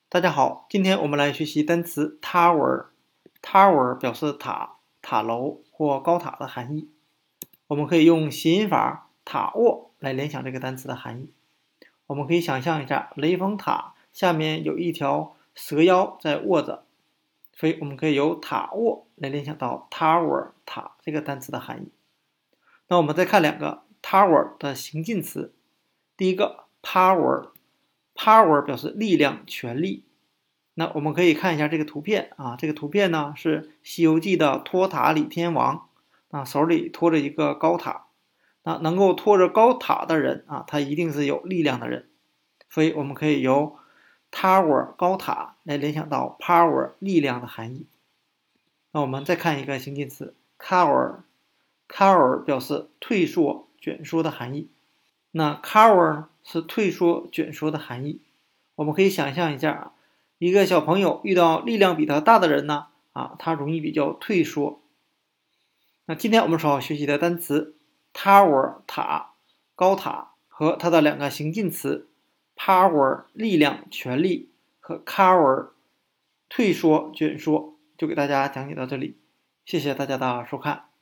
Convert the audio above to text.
大家好，今天我们来学习单词 tower。tower 表示塔、塔楼或高塔的含义。我们可以用谐音法塔卧来联想这个单词的含义。我们可以想象一下，雷峰塔下面有一条蛇妖在卧着，所以我们可以由塔卧来联想到 tower 塔这个单词的含义。那我们再看两个 tower 的形近词。第一个 power 表示力量、权力。那我们可以看一下这个图片啊，这个图片呢是《西游记》的托塔李天王啊，手里托着一个高塔。那能够托着高塔的人啊，他一定是有力量的人，所以我们可以由 tower 高塔来联想到 power 力量的含义。那我们再看一个形近词 cover 表示退缩、卷缩的含义。那 cover 是退缩、卷缩的含义。我们可以想象一下啊，一个小朋友遇到力量比他大的人呢，他容易比较退缩。那今天我们所要学习的单词 tower 塔、高塔和它的两个形近词 power 力量、权力和 cover 退缩、卷缩，就给大家讲解到这里。谢谢大家的收看。